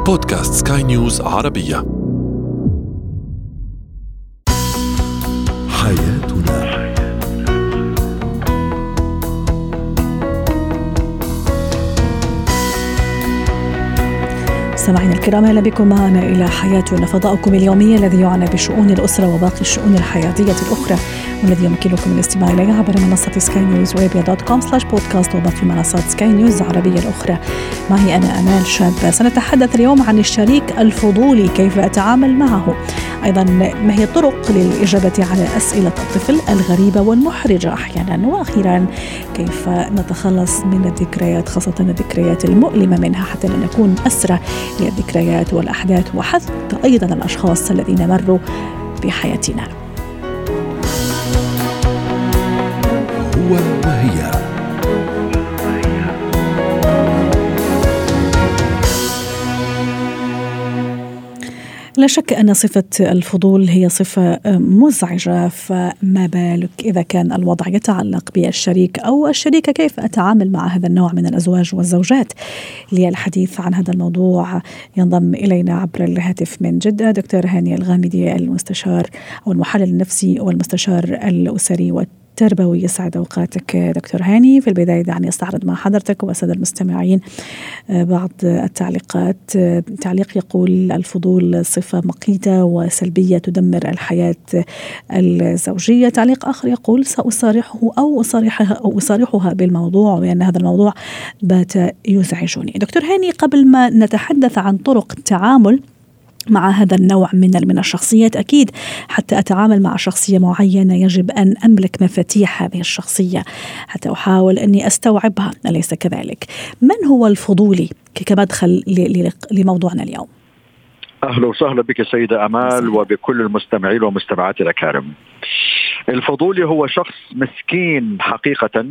بودكاست سكاي نيوز عربية. حياتنا. مستمعينا الكرام، اهلا بكم معنا الى حياتنا، فضاؤكم اليومي الذي يعنى بشؤون الاسره وباقي الشؤون الحياتيه الاخرى، والذي يمكنكم الاستماع اليه عبر منصه skynewsarabia.com/podcast وباقي منصات سكاي نيوز العربيه الاخرى. معي انا امال شاب. سنتحدث اليوم عن الشريك الفضولي، كيف اتعامل معه، ايضا ما هي الطرق للاجابه على اسئله الطفل الغريبه والمحرجه احيانا، واخيرا كيف نتخلص من الذكريات، خاصه الذكريات المؤلمه منها، حتى لا نكون اسرى للذكريات والأحداث وحتى أيضا الأشخاص الذين مروا بحياتنا. هو وهي. لا شك أن صفة الفضول هي صفة مزعجة، فما بالك إذا كان الوضع يتعلق بالشريك أو الشريكة؟ كيف أتعامل مع هذا النوع من الأزواج والزوجات؟ للحديث عن هذا الموضوع ينضم إلينا عبر الهاتف من جدة دكتور هاني الغامدي، المستشار أو المحلل النفسي والمستشار الأسري والتربوي. يسعد أوقاتك دكتور هاني. في البداية دعني أستعرض مع حضرتك وأسد المستمعين بعض التعليقات. تعليق يقول: الفضول صفة مقيتة وسلبية تدمر الحياة الزوجية. تعليق آخر يقول: سأصارحه أو أصارحها بالموضوع، وأن هذا الموضوع بات يزعجني. دكتور هاني، قبل ما نتحدث عن طرق التعامل مع هذا النوع من الشخصيات، أكيد حتى أتعامل مع شخصية معينة يجب أن أملك مفاتيح هذه الشخصية حتى أحاول أني أستوعبها، أليس كذلك؟ من هو الفضولي كمدخل لموضوعنا اليوم؟ أهلا وسهلا بك سيدة أمال وبكل المستمعين والمستمعات الأكارم. الفضولي هو شخص مسكين حقيقة،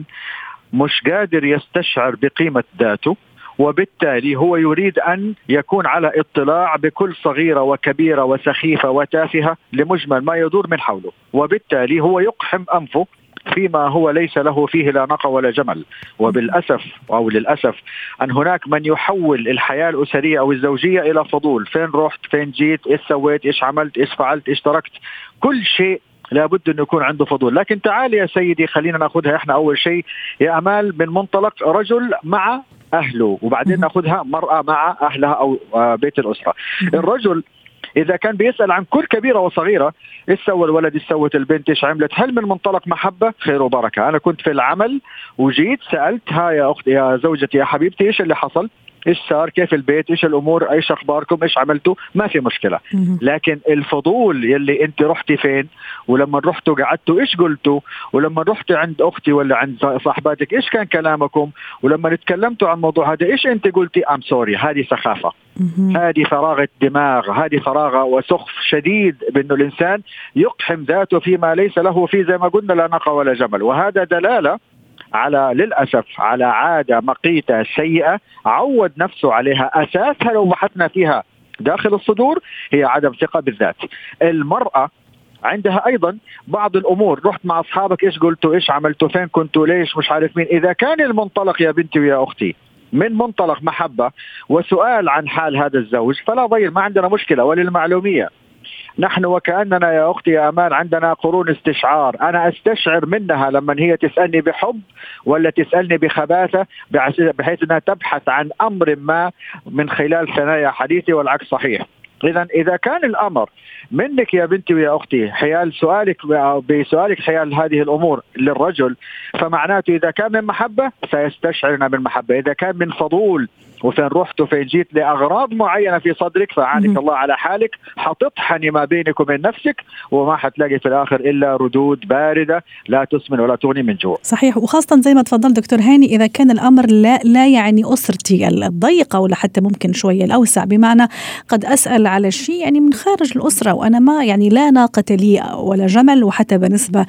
مش قادر يستشعر بقيمة ذاته، وبالتالي هو يريد أن يكون على اطلاع بكل صغيرة وكبيرة وسخيفة وتافهة لمجمل ما يدور من حوله، وبالتالي هو يقحم أنفه فيما هو ليس له فيه لا نقى ولا جمل. وبالأسف أو للأسف أن هناك من يحول الحياة الأسرية أو الزوجية إلى فضول. فين رحت، فين جيت، إيش سويت، إيش عملت، إيش فعلت، إيش تركت، كل شيء لابد أن يكون عنده فضول. لكن تعالي يا سيدي خلينا نأخذها إحنا أول شيء يا أمال من منطلق رجل مع أهله، وبعدين نأخذها مرأة مع أهلها أو بيت الأسرة. الرجل إذا كان بيسأل عن كل كبيرة وصغيرة، إيش سوى الولد، إيش سوت البنت، إيش عملت، هل من منطلق محبة؟ خير وبركة. أنا كنت في العمل وجيت سألتها يا أختي يا زوجتي يا حبيبتي إيش اللي حصل، إيش صار، كيف البيت، إيش الأمور، إيش أخباركم، إيش عملتوا، ما في مشكلة. لكن الفضول يلي أنت رحتي فين، ولما رحتوا قعدتوا إيش قلتوا، ولما رحتي عند أختي ولا عند صاحباتك إيش كان كلامكم، ولما نتكلمتوا عن موضوع هذا إيش أنت قلتي، أم سوري. هذه سخافة، هذه فراغة دماغ، هذه فراغة وسخف شديد بأنه الإنسان يقحم ذاته فيما ليس له فيه، زي ما قلنا لا نقى ولا جمل. وهذا دلالة على للأسف على عادة مقيتة سيئة عود نفسه عليها، أساسها لو بحثنا فيها داخل الصدور هي عدم ثقة بالذات. المرأة عندها أيضا بعض الأمور، رحت مع أصحابك إيش قلتوا، إيش عملتوا، فين كنتوا، ليش، مش عارف مين. إذا كان المنطلق يا بنتي ويا أختي من منطلق محبة وسؤال عن حال هذا الزوج فلا ضير، ما عندنا مشكلة. وللمعلومية نحن وكأننا يا أختي يا أمان عندنا قرون استشعار. أنا أستشعر منها لما هي تسألني بحب ولا تسألني بخباثة، بحيث أنها تبحث عن أمر ما من خلال ثنايا حديثي، والعكس صحيح. إذا كان الأمر منك يا بنتي ويا أختي حيال سؤالك بسؤالك حيال هذه الأمور للرجل، فمعناته إذا كان من محبة سيستشعرنا بالمحبة. إذا كان من فضول وفين رحت وفين جيت لأغراض معينة في صدرك، فعانك الله على حالك، حتطحني ما بينك وبين نفسك، وما حتلاقي في الآخر إلا ردود باردة لا تسمن ولا تغني من جوع. صحيح، وخاصة زي ما تفضل دكتور هاني، إذا كان الأمر لا يعني أسرتي الضيقة ولا حتى ممكن شوية الأوسع، بمعنى قد أسأل على شيء يعني من خارج الأسرة وأنا ما يعني لا ناقة لي ولا جمل، وحتى بالنسبة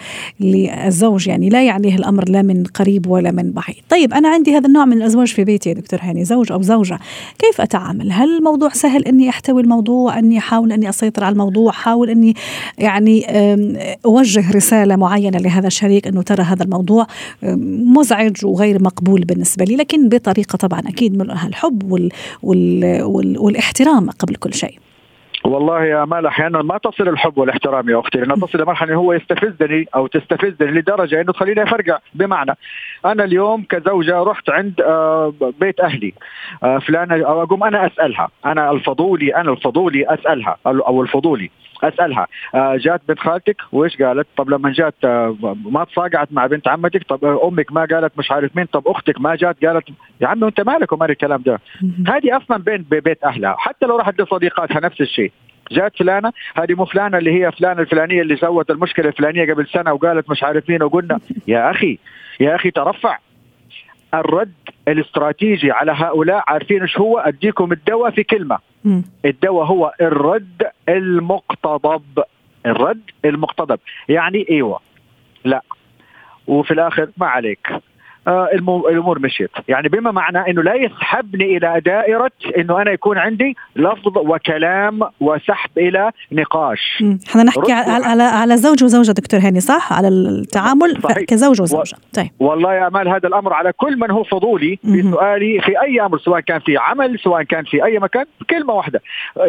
للزوج يعني لا يعنيه الأمر لا من قريب ولا من بعيد. طيب أنا عندي هذا النوع من الأزواج في بيتي يا دكتور هاني، زوج أو زوجة، كيف أتعامل؟ هل الموضوع سهل إني أحتوي الموضوع، إني أحاول إني أسيطر على الموضوع، أحاول إني يعني أوجه رسالة معينة لهذا الشريك إنه ترى هذا الموضوع مزعج وغير مقبول بالنسبة لي، لكن بطريقة طبعا أكيد ملؤها الحب والاحترام قبل كل شيء. والله يا آمال أحيانا ما تصل الحب والاحترام يا أختي، لأنها تصل لمرحلة هو يستفزني أو تستفزني لدرجة إنه تخليني أفرقع. بمعنى أنا اليوم كزوجة رحت عند بيت أهلي فلانة، أو أقوم أنا أسألها، أنا الفضولي أسألها، أو الفضولي أسألها جات بنت خالتك وإيش قالت؟ طب لما جات ما تصاقعت مع بنت عمتك؟ طب أمك ما قالت مش عارف مين؟ طب أختك ما جات قالت؟ يا عمي أنت مالك ومال الكلام ده؟ هذه أصلا بين بيت أهلها. حتى لو راحت لصديقاتها نفس الشيء، جات فلانة، هذه مو فلانة اللي هي فلانة الفلانية اللي سوت المشكلة الفلانية قبل سنة وقالت مش عارف مين، وقلنا يا أخي ترفع. الرد الاستراتيجي على هؤلاء عارفين ايش هو؟ اديكم الدواء في كلمة. الدواء هو الرد المقتضب. الرد المقتضب يعني ايوه لا وفي الاخر ما عليك، الامور مشيت. يعني بما معنى انه لا يسحبني الى دائره انه انا يكون عندي لفظ وكلام وسحب الى نقاش. احنا نحكي على زوج وزوجه دكتور هاني، صح؟ على التعامل كزوج وزوجه. طيب والله يا امال هذا الامر على كل من هو فضولي في سؤالي في اي امر، سواء كان في عمل سواء كان في اي مكان، كلمه واحده: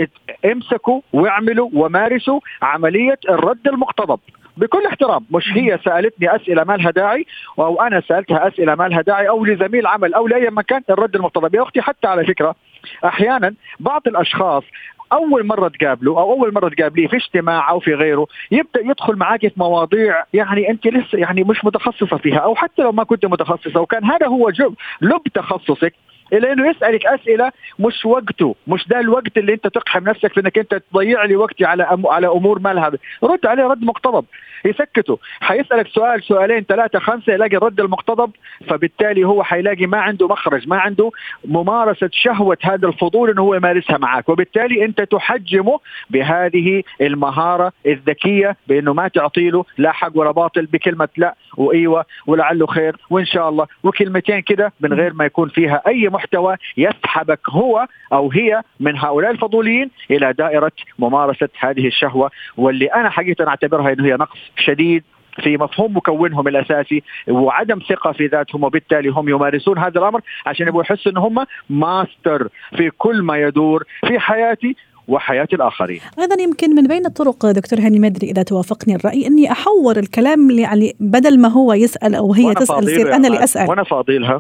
امسكوا واعملوا ومارسوا عمليه الرد المقتضب بكل احترام. مش هي سألتني أسئلة ما لها داعي أو أنا سألتها أسئلة ما لها داعي، أو لزميل عمل أو لأي مكان، الرد المقتضب. يا أختي حتى على فكرة أحيانا بعض الأشخاص أول مرة تقابله أو أول مرة تقابليه في اجتماع أو في غيره يبدأ يدخل معاك في مواضيع يعني أنت لسه يعني مش متخصصة فيها، أو حتى لو ما كنت متخصصة وكان هذا هو لب تخصصك، إلا إنه يسألك أسئلة مش وقته، مش ده الوقت اللي أنت تقحم نفسك في إنك أنت تضيع لي وقتي على أمور ما لها. رد عليه رد مقتضب، يسكته. حيسألك سؤال سؤالين ثلاثة خمسة يلاقي الرد المقتضب، فبالتالي هو حيلاقي ما عنده مخرج، ما عنده ممارسة شهوة هذا الفضول إنه هو يمارسها معك، وبالتالي أنت تحجمه بهذه المهارة الذكية بإنه ما تعطيله لا حق ولا باطل، بكلمة لا وإيوة ولعله خير وإن شاء الله وكلمتين كده من غير ما يكون فيها أي محتوى يسحبك هو أو هي من هؤلاء الفضوليين إلى دائرة ممارسة هذه الشهوة، واللي أنا حقيقة أعتبرها إنه هي نقص شديد في مفهوم مكونهم الأساسي وعدم ثقة في ذاتهم، وبالتالي هم يمارسون هذا الأمر عشان يبغوا يحسوا إن هم ماستر في كل ما يدور في حياتي وحياة الآخرين. أيضا يمكن من بين الطرق دكتور هاني، مدري إذا توافقني الرأي، أني أحور الكلام يعني بدل ما هو يسأل أو هي تسأل يصير أنا اللي أسأل. وأنا فاضيلها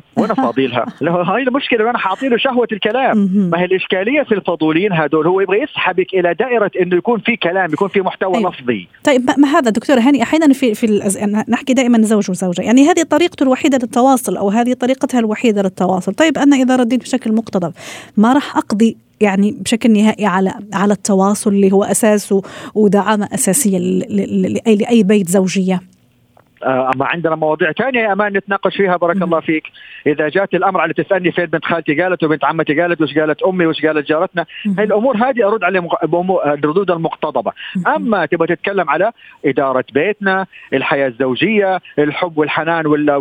هاي المشكلة، أنا حاطيله شهوة الكلام. ما هي الإشكالية في الفضولين هذول؟ هو يبغى يسحبك إلى دائرة إنه يكون في كلام، يكون في محتوى لفظي. طيب ما هذا دكتور هاني أحيانا نحكي دائما زوج وزوجة، يعني هذه طريقته الوحيدة للتواصل أو هذه طريقتها الوحيدة للتواصل. طيب أنا إذا رديت بشكل مقتضب ما راح أقضي يعني بشكل نهائي على التواصل اللي هو أساسه ودعامة أساسية لأي بيت زوجية. أما عندنا مواضيع تانية يا أمان نتناقش فيها بارك الله فيك. إذا جات الأمر على تسألني فين بنت خالتي قالت وبنت عمتي قالت وش قالت أمي وش قالت جارتنا، هاي الأمور هذه أرد على الردود المقتضبة. أما تبغى تتكلم على إدارة بيتنا، الحياة الزوجية، الحب والحنان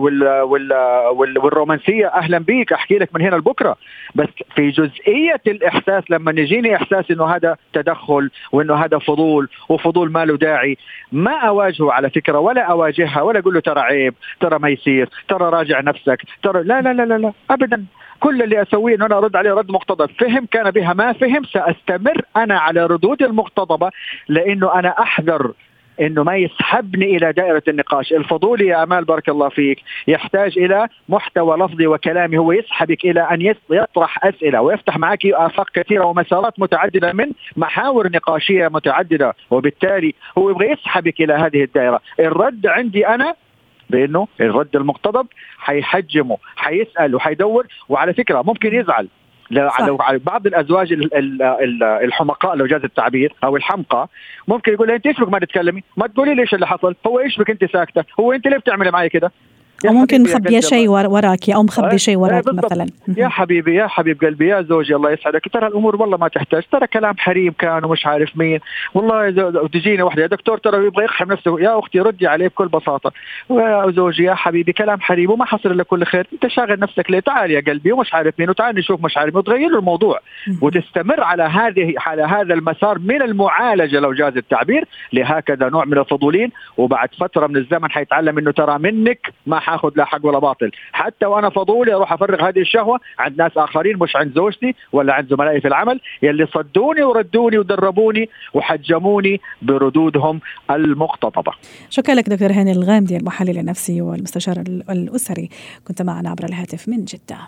والرومانسية، أهلا بيك أحكي لك من هنا لبكرة. بس في جزئية الإحساس لما نجيني إحساس إنه هذا تدخل وإنه هذا فضول وفضول ما له داعي، ما أواجهه على فكرة ولا أواجهها ولا أقول له ترى عيب، ترى ما يصير، ترى راجع نفسك، ترى لا لا لا لا, لا. أبدا. كل اللي أسويه أنه أنا أرد عليه رد مقتضب. فهم كان بها، ما فهم سأستمر أنا على ردود المقتضبة، لأنه أنا أحذر إنه ما يسحبني إلى دائرة النقاش. الفضولي يا أمال بارك الله فيك يحتاج إلى محتوى لفظي وكلامي، هو يسحبك إلى أن يطرح أسئلة ويفتح معك آفاق كثيرة ومسارات متعددة من محاور نقاشية متعددة، وبالتالي هو يبغى يسحبك إلى هذه الدائرة. الرد عندي أنا بأنه الرد المقتضب حيحجمه، حيسأل وحيدور، وعلى فكرة ممكن يزعل. لو بعض الأزواج الحمقاء لو جاز التعبير أو الحمقى ممكن يقول أنت إيش بك ما تتكلمي، ما تقولي ليش اللي حصل، هو إيش بك أنت ساكتة، هو أنت ليه بتعملي معي كده. أو ممكن مخبي شيء وراك أو مخبي شيء وراك مثلا. يا حبيبي يا حبيب قلبي يا زوجي الله يسعدك، ترى الأمور والله ما تحتاج، ترى كلام حريم كان ومش عارف مين والله. تجيني واحدة يا دكتور ترى يبغى يقحم نفسه، يا أختي ردي عليه بكل بساطة. يا زوجي يا حبيبي كلام حريم وما حصل إلا كل خير، أنت شاغل نفسك ليه؟ تعال يا قلبي ومش عارف مين وتعال نشوف مش عارف، وتغير له الموضوع وتستمر على هذا المسار من المعالجة لو جاز التعبير لهكذا نوع من الفضولين. وبعد فترة من الزمن حيتعلم إنه ترى منك ما حاخذ لا حق ولا باطل، حتى وأنا فضولي أروح أفرغ هذه الشهوة عند ناس آخرين مش عند زوجتي ولا عند زملائي في العمل يلي صدوني وردوني ودربوني وحجموني بردودهم المقتضبة. شكرا لك دكتور هاني الغامدي المحلل النفسي والمستشار الأسري، كنت معنا عبر الهاتف من جدة.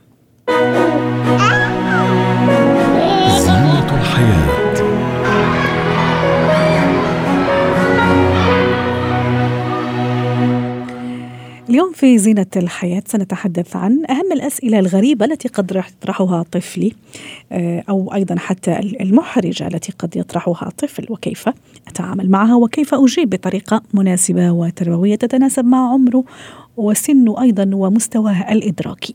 زينة الحياة. اليوم في زينة الحياة سنتحدث عن أهم الأسئلة الغريبة التي قد يطرحها طفلي، أو أيضا حتى المحرجة التي قد يطرحها طفل، وكيف أتعامل معها وكيف أجيب بطريقة مناسبة وتربوية تتناسب مع عمره وسنه أيضا ومستواه الإدراكي.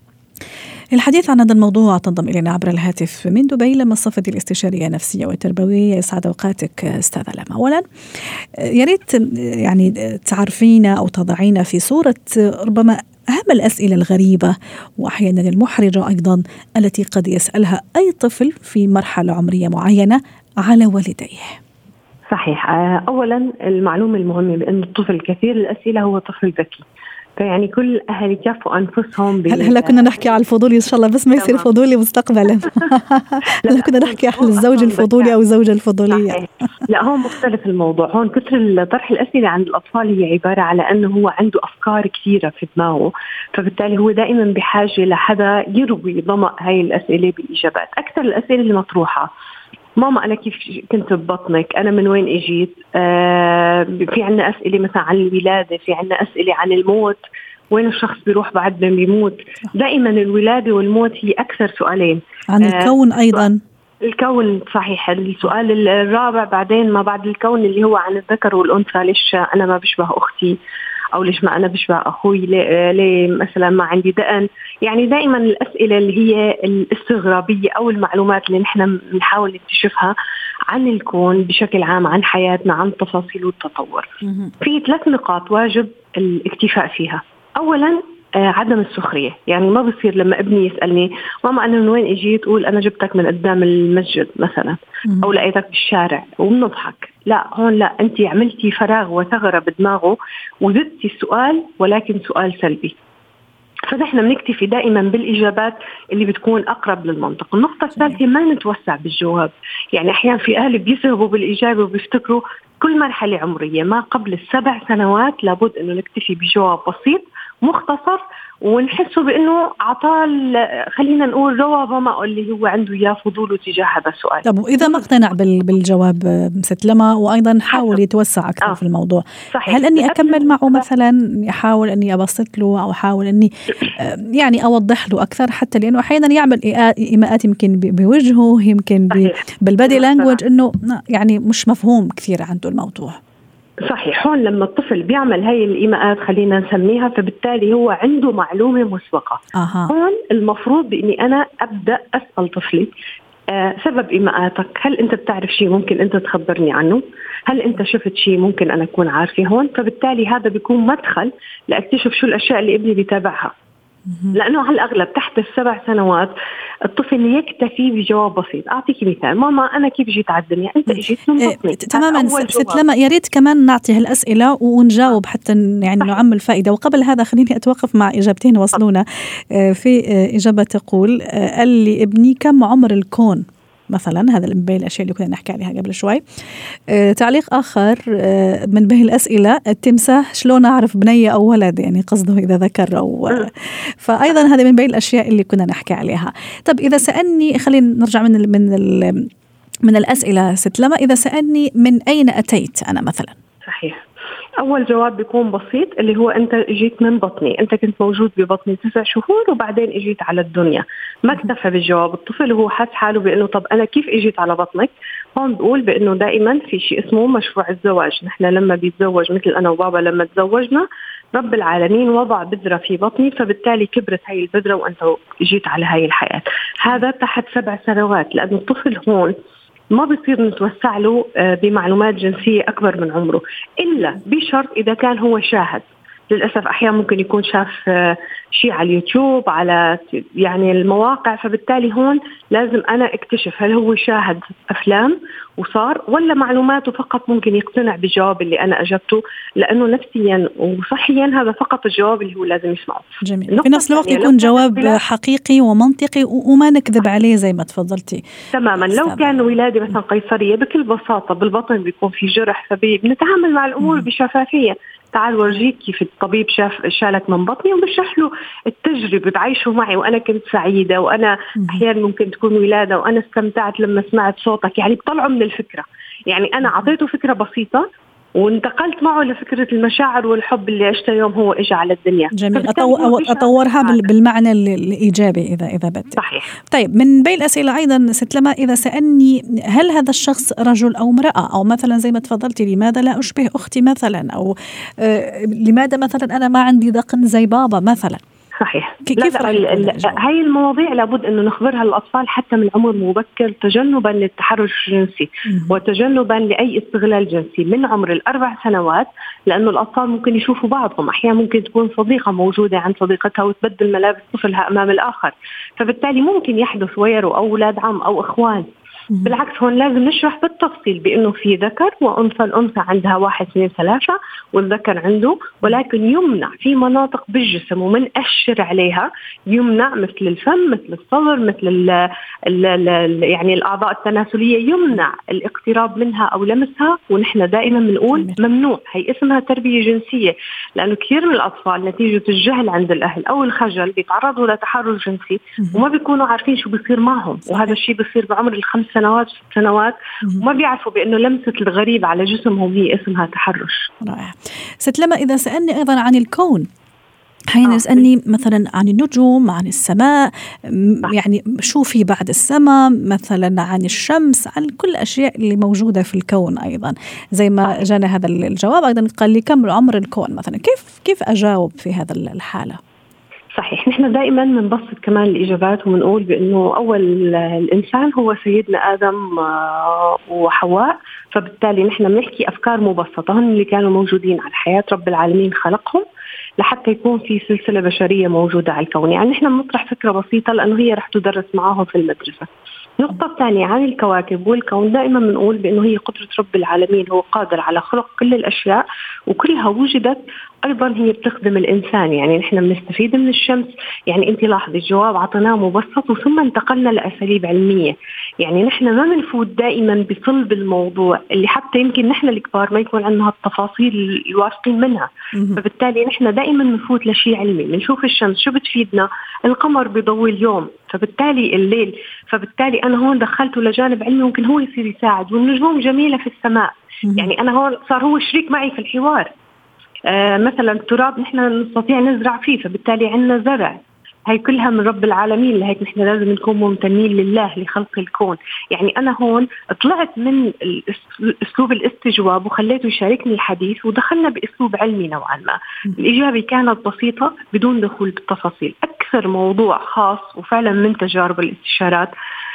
للحديث عن هذا الموضوع تنضم إلينا عبر الهاتف من دبي لما الصفدي الاستشارية النفسية والتربوية. يسعد أوقاتك أستاذة لما. أولا يا ريت يعني تعرفينا أو تضعينا في صورة ربما أهم الأسئلة الغريبة وأحيانا المحرجة أيضا التي قد يسألها أي طفل في مرحلة عمرية معينة على والديه. صحيح. أولا المعلومة المهمة بأن الطفل كثير الأسئلة هو طفل ذكي، فيعني كل الأهل يكافئوا أنفسهم. هلا كنا نحكي على الفضولي إن شاء الله، بس ما يصير فضولي مستقبلا. هلا كنا نحكي على الزوج الفضولي أو الزوجة الفضولية. لا هون مختلف الموضوع. هون كثر طرح الأسئلة عند الأطفال هي عبارة على أنه هو عنده أفكار كثيرة في دماغه، فبالتالي هو دائما بحاجة لحدا يروي ضمأ هاي الأسئلة بالإجابات. أكثر الأسئلة اللي مطروحة: ماما أنا كيف كنت ببطنك؟ أنا من وين إجيت؟ في عنا أسئلة مثلا عن الولادة، في عنا أسئلة عن الموت، وين الشخص بيروح بعد ما بيموت. دائما الولادة والموت هي أكثر سؤالين. عن الكون أيضا. الكون صحيح. السؤال الرابع بعدين ما بعد الكون اللي هو عن الذكر والأنثى، ليش أنا ما بشبه أختي، أو ليش ما أنا بشبه أخوي، ليه مثلا ما عندي دقن. يعني دائما الأسئلة اللي هي الاستغرابية أو المعلومات اللي نحن بنحاول نكتشفها عن الكون بشكل عام، عن حياتنا، عن تفاصيل والتطور. في 3 نقاط واجب الاكتفاء فيها. أولا عدم السخرية. يعني ما بصير لما ابني يسألني ماما أنا من وين إجيت أقول أنا جبتك من قدام المسجد مثلا، أو لقيتك بالشارع وبنضحك. لا هون لا، أنت عملتي فراغ وثغرة بدماغه وزدتي السؤال ولكن سؤال سلبي. فنحن بنكتفي دائما بالإجابات اللي بتكون أقرب للمنطق. النقطة الثالثة ما نتوسع بالجواب. يعني أحيانا في أهل بيسهبوا بالإجابة وبيفتكروا كل مرحلة عمرية ما قبل 7 سنوات لابد أنه نكتفي بجواب بسيط مختصر ونحسه بأنه عطال، خلينا نقول روى ضمأ اللي هو عنده إياه فضوله تجاه هذا السؤال. طب وإذا ما اقتنع بالجواب ست لما وأيضا حاول يتوسع أكثر في الموضوع، صحيح. هل أني أكمل معه مثلا، أحاول أني أبسط له أو أحاول أني يعني أوضح له أكثر، حتى لأنه أحيانا يعمل إيماءات يمكن بوجهه، يمكن بالبادي لانجوج إنه يعني مش مفهوم كثير عنده الموضوع. صحيح. هون لما الطفل بيعمل هاي الإيماءات خلينا نسميها، فبالتالي هو عنده معلومة مسبقة. هون المفروض بإني أنا أبدأ أسأل طفلي سبب إيماءاتك، هل أنت بتعرف شيء ممكن أنت تخبرني عنه؟ هل أنت شفت شيء ممكن أنا أكون عارفة هون؟ فبالتالي هذا بيكون مدخل لأكتشف شو الأشياء اللي ابني بيتابعها. لأنه على الأغلب تحت 7 سنوات الطفل يكتفي بجواب بسيط. أعطيك مثال: ماما أنا كيف جيت على الدنيا؟ أنت جيت من بطني. تماما ست لما، يا ريت كمان نعطي هالأسئلة ونجاوب حتى يعني نعمل فائدة. وقبل هذا خليني أتوقف مع إجابتين وصلونا. في إجابة تقول قال لي ابني كم عمر الكون مثلا، هذا من بين الأشياء اللي كنا نحكي عليها قبل شوي. تعليق آخر من بين الأسئلة: التمساح شلون أعرف بنية أو ولد، يعني قصده إذا ذكر أو فأيضا هذا من بين الأشياء اللي كنا نحكي عليها. طب إذا سألني، خلينا نرجع من الأسئلة ست لما، إذا سألني من أين أتيت أنا مثلا. صحيح. أول جواب بيكون بسيط اللي هو أنت جيت من بطني، أنت كنت موجود ببطني 9 شهور وبعدين اجيت على الدنيا. ما اكتفى بالجواب الطفل، هو حس حاله بأنه طب أنا كيف اجيت على بطنك؟ هون بقول بأنه دائما في شيء اسمه مشروع الزواج. نحن لما بيتزوج، مثل أنا وبابا لما تزوجنا رب العالمين وضع بذرة في بطني، فبالتالي كبرت هاي البذرة وأنت جيت على هاي الحياة. هذا تحت 7 سنوات، لأن الطفل هون ما بيصير نتوسع له بمعلومات جنسية أكبر من عمره، إلا بشرط إذا كان هو شاهد. للأسف أحيانا ممكن يكون شاف شيء على اليوتيوب، على يعني المواقع، فبالتالي هون لازم أنا اكتشف هل هو شاهد أفلام وصار، ولا معلوماته فقط ممكن يقتنع بالجواب اللي أنا أجبته، لأنه نفسيا وصحيا هذا فقط الجواب اللي هو لازم يسمعه. جميل. في نفس الوقت يكون جواب حقيقي ومنطقي وما نكذب عليه زي ما تفضلتي تماما. لو كان ولادة مثلا قيصرية بكل بساطة بالبطن بيكون في جرح، فبنتعامل مع الأمور بشفافية. تعال ورجيك كيف الطبيب شالك من بطني، وبشرح له التجربة، بعيشه معي وأنا كنت سعيدة، وأنا أحيانا ممكن تكون ولادة وأنا استمتعت لما سمعت صوتك. يعني بطلعه من الفكرة، يعني أنا أعطيته فكرة بسيطة وانتقلت معه لفكرة المشاعر والحب اللي عشته يوم هو إجا على الدنيا. جميل. أطورها بالمعنى الإيجابي إذا بدت. صحيح. طيب، من بين الأسئلة أيضا ست لما إذا سألني هل هذا الشخص رجل أو امرأة، أو مثلا زي ما تفضلتي لماذا لا أشبه أختي مثلا، أو لماذا مثلا أنا ما عندي ذقن زي بابا مثلا. صحيح. كيف هاي المواضيع لابد أنه نخبرها للأطفال حتى من عمر مبكر، تجنبا للتحرش الجنسي وتجنبا لأي استغلال جنسي من عمر 4 سنوات، لأنه الأطفال ممكن يشوفوا بعضهم. أحيانا ممكن تكون صديقة موجودة عند صديقتها وتبدل ملابس طفلها أمام الآخر، فبالتالي ممكن يحدث ويروا أو أولاد عم أو إخوان. بالعكس هون لازم نشرح بالتفصيل بأنه في ذكر وأنثى. الأنثى عندها 1 2 3 والذكر عنده، ولكن يمنع في مناطق بالجسم ومنأشر عليها، يمنع مثل الفم، مثل الصدر، مثل يعني الأعضاء التناسلية، يمنع الاقتراب منها أو لمسها. ونحن دائما بنقول ممنوع. هي اسمها تربية جنسية، لأنه كثير من الأطفال نتيجة الجهل عند الأهل أو الخجل بيتعرضوا لتحرش جنسي وما بيكونوا عارفين شو بيصير معهم. وهذا الشيء بيصير بعمر 5 سنوات 6 سنوات، وما بيعرفوا بأنه لمسة الغريب على جسمهم هي اسمها تحرش. رائع. ست لما إذا سألني أيضا عن الكون، حين يسألني مثلا عن النجوم، عن السماء، يعني شو في بعد السماء، مثلا عن الشمس، عن كل الأشياء اللي موجودة في الكون أيضا، زي ما جانا هذا الجواب أيضا قال لي كم عمر الكون مثلا، كيف أجاوب في هذا الحالة؟ صحيح. نحن دائما بنبسط كمان الإجابات وبنقول بأنه أول الإنسان هو سيدنا آدم وحواء، فبالتالي نحن بنحكي أفكار مبسطة. هم اللي كانوا موجودين على الحياة، رب العالمين خلقهم لحتى يكون في سلسلة بشرية موجودة على الكون. يعني نحن بنطرح فكرة بسيطة لأنه هي رح تدرس معاهم في المدرسة. النقطة الثانية عن الكواكب والكون، دائما بنقول بأنه هي قدرة رب العالمين، هو قادر على خلق كل الأشياء وكلها وجدت أيضا هي بتخدم الإنسان. يعني نحن بنستفيد من الشمس. يعني أنت لاحظي الجواب عطيناه مبسط وثم انتقلنا لأساليب علمية. يعني نحن ما بنفوت دائما بصلب الموضوع اللي حتى يمكن نحن الكبار ما يكون عندنا التفاصيل الواثقين منها. فبالتالي نحن دائما بنفوت لشيء علمي. بنشوف الشمس شو بتفيدنا، القمر بيضوي اليوم، فبالتالي الليل، فبالتالي أنا هون دخلته لجانب علمي ممكن هو يصير يساعد. والنجوم جميلة في السماء، يعني أنا هون صار هو شريك معي في الحوار. مثلا التراب نحن نستطيع نزرع فيه، فبالتالي عندنا زرع. هاي كلها من رب العالمين، لهيك نحن لازم نكون ممتنين لله لخلق الكون. يعني أنا هون طلعت من أسلوب الاستجواب وخليته يشاركني الحديث ودخلنا بأسلوب علمي نوعا ما. الإجابة كانت بسيطة بدون دخول بالتفاصيل. أكثر موضوع خاص وفعلا من تجارب الاستشارات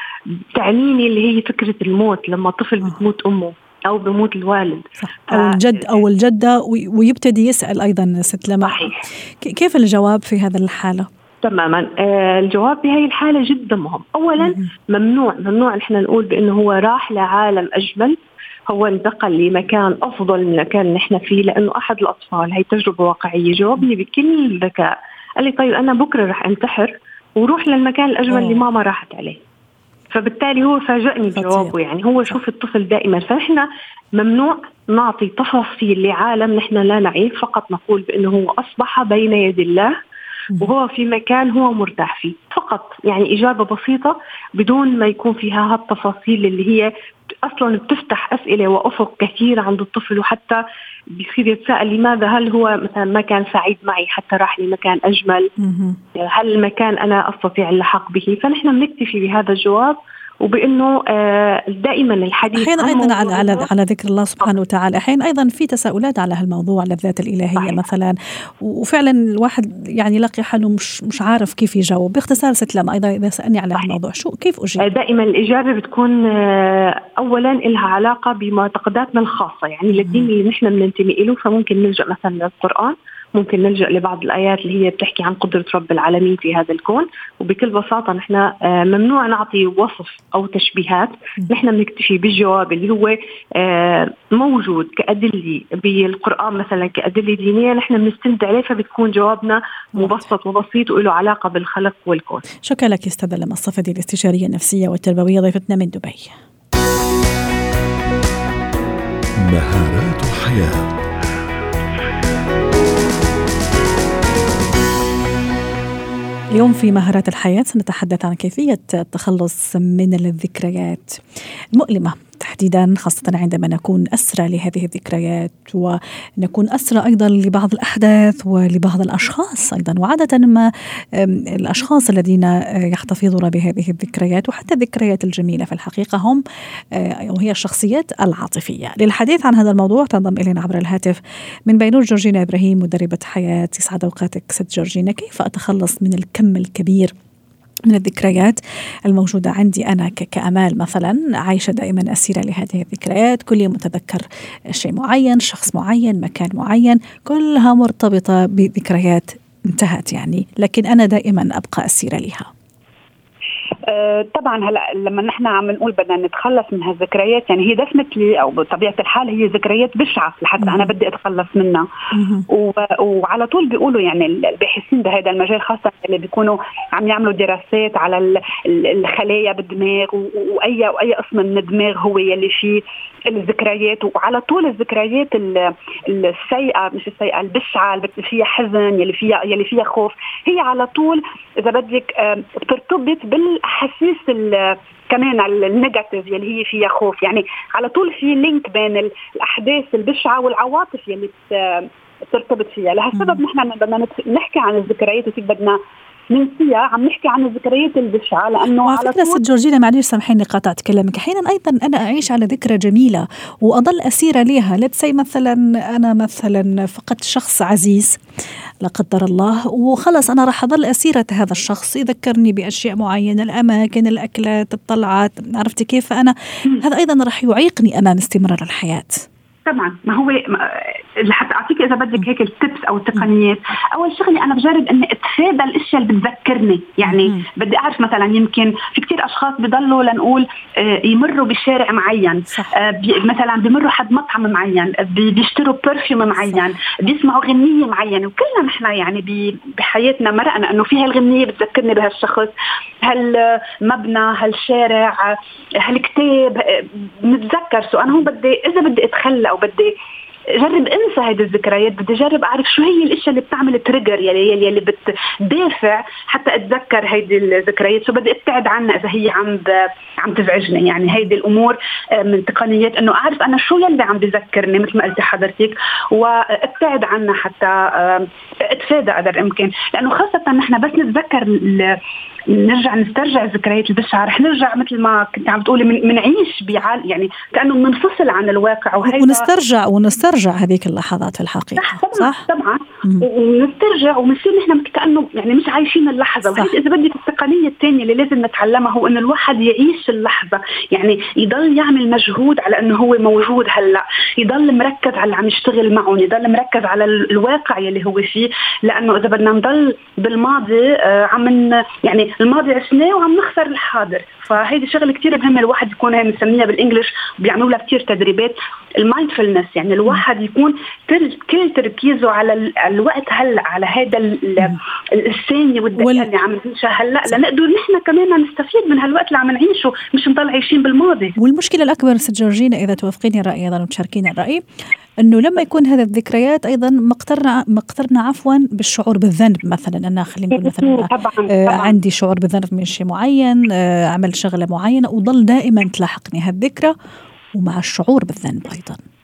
تعنيني اللي هي فكرة الموت، لما طفل بتموت أمه أو بموت الوالد أو الجد أو الجدة، ويبتدي يسأل أيضا ست لما صحيح. كيف الجواب في هذا الحالة؟ تماما. الجواب بهذه الحالة جدا مهم. أولا ممنوع نحن نقول بأنه هو راح لعالم أجمل، هو انتقل لمكان أفضل من المكان نحن فيه، لأنه أحد الأطفال، هي تجربة واقعية، جاوبني بكل ذكاء قال لي طيب أنا بكرة رح انتحر وروح للمكان الأجمل اللي ماما راحت عليه. فبالتالي هو فاجأني بجوابه. يعني هو شوف الطفل دائما. فنحن ممنوع نعطي تفاصيل لعالم نحن لا نعيه، فقط نقول بأنه هو أصبح بين يد الله وهو في مكان هو مرتاح فيه فقط. يعني إجابة بسيطة بدون ما يكون فيها هالتفاصيل اللي هي أصلا بتفتح أسئلة وأفق كثير عند الطفل، وحتى بيصير يتساءل لماذا، هل هو مثلا ما كان سعيد معي حتى راح لمكان أجمل، هل المكان أنا أستطيع اللحاق به. فنحن بنكتفي بهذا الجواب وبأنه دائما الحديث أحيانا أيضا على ذكر الله سبحانه وتعالى. أحيانا أيضا في تساؤلات على هالموضوع، على الذات الإلهية مثلا، وفعلا الواحد يعني يلاقي حاله مش عارف كيف يجاوب. باختصار ست لما أيضا إذا سألني على هالموضوع كيف أجيب؟ دائما الإجابة بتكون أولا لها علاقة بمعتقداتنا الخاصة، يعني الدين اللي نحن بننتمي له، فممكن نلجأ مثلا للقرآن، ممكن نلجأ لبعض الآيات اللي هي بتحكي عن قدرة رب العالمين في هذا الكون. وبكل بساطة نحن ممنوع نعطي وصف أو تشبيهات، نحن بنكتفي بالجواب اللي هو موجود كأدلة بالقرآن مثلا كأدلة دينية، نحن بنستند عليه، فبتكون جوابنا مبسط وبسيط وله علاقة بالخلق والكون. شكرا لك أستاذة لما الصفدي، الاستشارية النفسية والتربوية، ضيفتنا من دبي. مهارات الحياة. اليوم في مهارات الحياة سنتحدث عن كيفية التخلص من الذكريات المؤلمة، تحديدا خاصة عندما نكون أسرى لهذه الذكريات، ونكون أسرى أيضا لبعض الأحداث ولبعض الأشخاص أيضا، وعادة ما الأشخاص الذين يحتفظون بهذه الذكريات وحتى الذكريات الجميلة في الحقيقة هم وهي الشخصيات العاطفية. للحديث عن هذا الموضوع تنضم إلينا عبر الهاتف من بيروت جورجينا إبراهيم، مدربة حياة. يسعد أوقاتك ست جورجينا. كيف أتخلص من الكم الكبير من الذكريات الموجودة عندي أنا كأمال مثلا، عايشة دائما أسيرة لهذه الذكريات، كل يوم أتذكر شيء معين، شخص معين، مكان معين، كلها مرتبطة بذكريات انتهت يعني، لكن أنا دائما أبقى أسيرة لها. طبعا هلا لما نحن عم نقول بدنا نتخلص من هالذكريات، يعني هي دفنتلي او بطبيعه الحال هي ذكريات بشعه لحتى انا بدي اتخلص منها. وعلى طول بيقولوا يعني الباحثين بهذا المجال، خاصه اللي بيكونوا عم يعملوا دراسات على الخلايا بالدماغ واي قسم من الدماغ هو يلي فيه الذكريات، وعلى طول الذكريات السيئه، مش السيئه، البشعه اللي فيها حزن، يلي فيها خوف، هي على طول اذا بدك بترتبط بالاحاسيس كمان النيجاتيف يلي هي فيها خوف. يعني على طول في لينك بين الاحداث البشعه والعواطف يلي بترتبط فيها. لهالسبب نحن بدنا نحكي عن الذكريات وكيف بدنا ننسيها، عم نحكي عن الذكريات البشعة، لأنه على فكرة ست جورجينا معلش سامحيني قاطعت كلامك، أحيانا أيضا أنا أعيش على ذكرى جميلة وأضل أسيرة لها. لتسي مثلا أنا مثلا فقدت شخص عزيز لا قدر الله، وخلص أنا راح أضل أسيرة هذا الشخص، يذكرني بأشياء معينة، الأماكن، الأكلات، الطلعات، عرفتي كيف؟ أنا هذا أيضا راح يعيقني أمام استمرار الحياة. طبعا ما هو لحتى أعطيك إذا بدك هيك التبس أو التقنيات. أول شغلة أنا بجرب إني أتفادى الأشياء اللي بتذكرني، يعني بدي أعرف مثلا يمكن في كتير أشخاص بيضلوا لنقول يمروا بشارع معين، مثلا بيمروا حد مطعم معين، بيشتروا برفيوم معين، بيسمعوا غنية معينة، وكلنا نحن يعني بحياتنا مرقنا إنه في هالغنية بتذكرني بهالشخص، هالمبنى، هالشارع، هالكتاب، نتذكر. سو أنا هون إذا بدي أتخلى أو بدي جرب انسى هذه الذكريات، بدي جرب اعرف شو هي الاشياء اللي بتعمل تريجر يلي بتدافع حتى اتذكر هذه الذكريات، شو بدي ابتعد عنها اذا هي عم تزعجني. يعني هذه الامور من تقنيات انه اعرف انا شو يلي عم بذكرني مثل ما قلتي حضرتك، وابتعد عنها حتى اتفادى قدر الامكان. لانه خاصه نحن بس نتذكر نرجع نسترجع الذكريات البشعة، رح نرجع مثل ما كنت عم تقولي منعيش يعني كأنه منفصل عن الواقع، ونسترجع هذيك اللحظات في الحقيقة. صح؟ طبعا ونسترجع ونصير نحن كأنه يعني مش عايشين اللحظة. وهي إذا بدك التقنية الثانية اللي لازم نتعلمها هو إن الواحد يعيش اللحظة، يعني يضل يعمل مجهود على إنه هو موجود هلأ، يضل مركز على اللي عم يشتغل معهم، يضل مركز على الواقع اللي هو فيه. لأنه إذا بدنا نضل بالماضي يعني الماضي عشناه وعم نخسر الحاضر. فهيدي شغله كتير مهمه الواحد يكون، هي بنسميها بالانجلش بيعملوا لها كتير تدريبات، المايندفولنس، يعني الواحد يكون كل تركيزه على الوقت هلا، على هذا الثانيه والدقيقه اللي عم نعيشها هلا، لنقدر نحن كمان نستفيد من هالوقت اللي عم نعيشه، مش نضل عايشين بالماضي. والمشكله الاكبر ست جورجينا اذا توافقيني الراي ايضا وتشاركيني الراي، انه لما يكون هذه الذكريات ايضا مقترنا عفوا بالشعور بالذنب، مثلا انا خلينا نقول مثلا عندي شعور بالذنب من شيء معين، عمل شغله معينه، وضل دائما تلاحقني هالذكرى ومع الشعور بالذنب ايضا.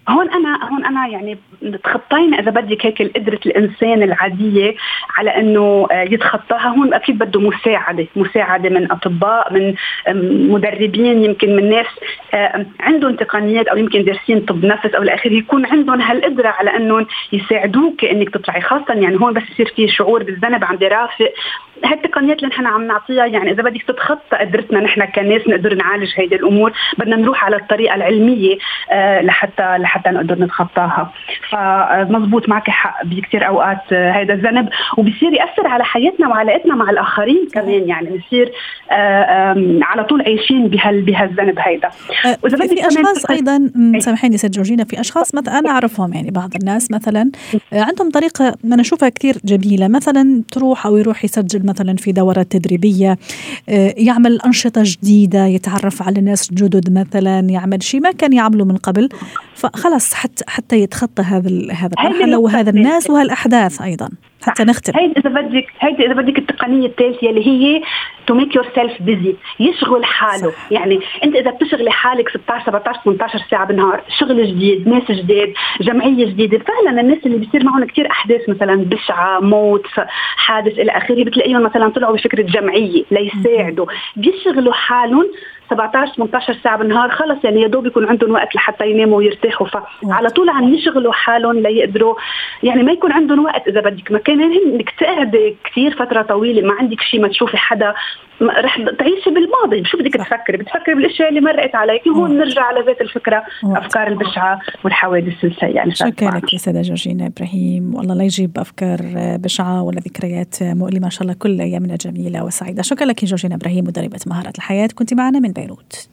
هون أنا يعني تخطينا إذا بدك هيك قدرة الإنسان العادية على إنه يتخطاها. هون أكيد بده مساعدة من أطباء، من مدربين، يمكن من ناس عندهم تقنيات أو يمكن دارسين طب نفس أو الآخر، يكون عندهم هالقدرة على إنهم يساعدوك إنك تطلعي. خاصة يعني هون بس يصير فيه شعور بالذنب عند رافق، هالتقنيات اللي نحن عم نعطيها يعني إذا بدك تتخطى قدرتنا نحن كناس نقدر نعالج هيدي الأمور، بدنا نروح على الطريقة العلمية لحتى نقدر نتخطاها. فمزبوط معك حق، بكتير أوقات هيدا الذنب وبيصير يأثر على حياتنا وعلاقتنا مع الآخرين كمان، يعني بيصير على طول عايشين بهالذنب هيدا. في أشخاص أيضا، سامحيني ست جورجينا، في أشخاص مثلا أنا أعرفهم، يعني بعض الناس مثلا عندهم طريقة أنا أشوفها كتير جميلة، مثلا يروح يسجل مثلا في دورة تدريبية، يعمل أنشطة جديدة، يتعرف على ناس جدد، مثلا يعمل شيء ما كان يعمله من قبل، فخلص حتى يتخطى هذا المرحلة وهذا الناس وهالأحداث أيضا حتى نختم. هيدي إذا بدك التقنية الثالثة اللي هي to make yourself busy، يشغل حاله. صح. يعني أنت إذا بتشغلي حالك 16 17 18 ساعة بالنهار، شغل جديد، ناس جديد، جمعية جديدة، فعلا الناس اللي بيصير معهم كتير أحداث مثلا بشعة، موت، حادث إلى آخره، بتلاقيهم مثلا طلعوا بفكرة جمعية ليساعدوا، بيشغلوا حالهم 17-18 ساعة بالنهار، خلص يعني يدوب يكون عندهم وقت لحتى يناموا ويرتاحوا، فعلى طول عم يشغلوا حالهم ليقدروا يعني ما يكون عندهم وقت. إذا بدك ما كان انك تقعدي كتير فترة طويلة ما عندك شيء، ما تشوفي حدا، رح تعيشي بالماضي، شو بدك بتفكري بالاشياء اللي مرقت عليك. هون نرجع على ذات الفكرة، افكار البشعة والحوادث السيئة. شكرا لك يا سيدة جورجينا إبراهيم، والله لا يجيب افكار بشعة ولا ذكريات مؤلمة، ان شاء الله كل ايامنا جميلة وسعيدة. شكرا لك جورجينا إبراهيم، مدربة مهارات الحياة، كنت معنا من بيروت.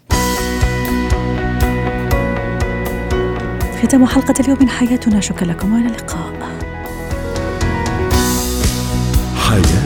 ختام حلقة اليوم من حياتنا، شكرا لكم وإلى اللقاء. حياة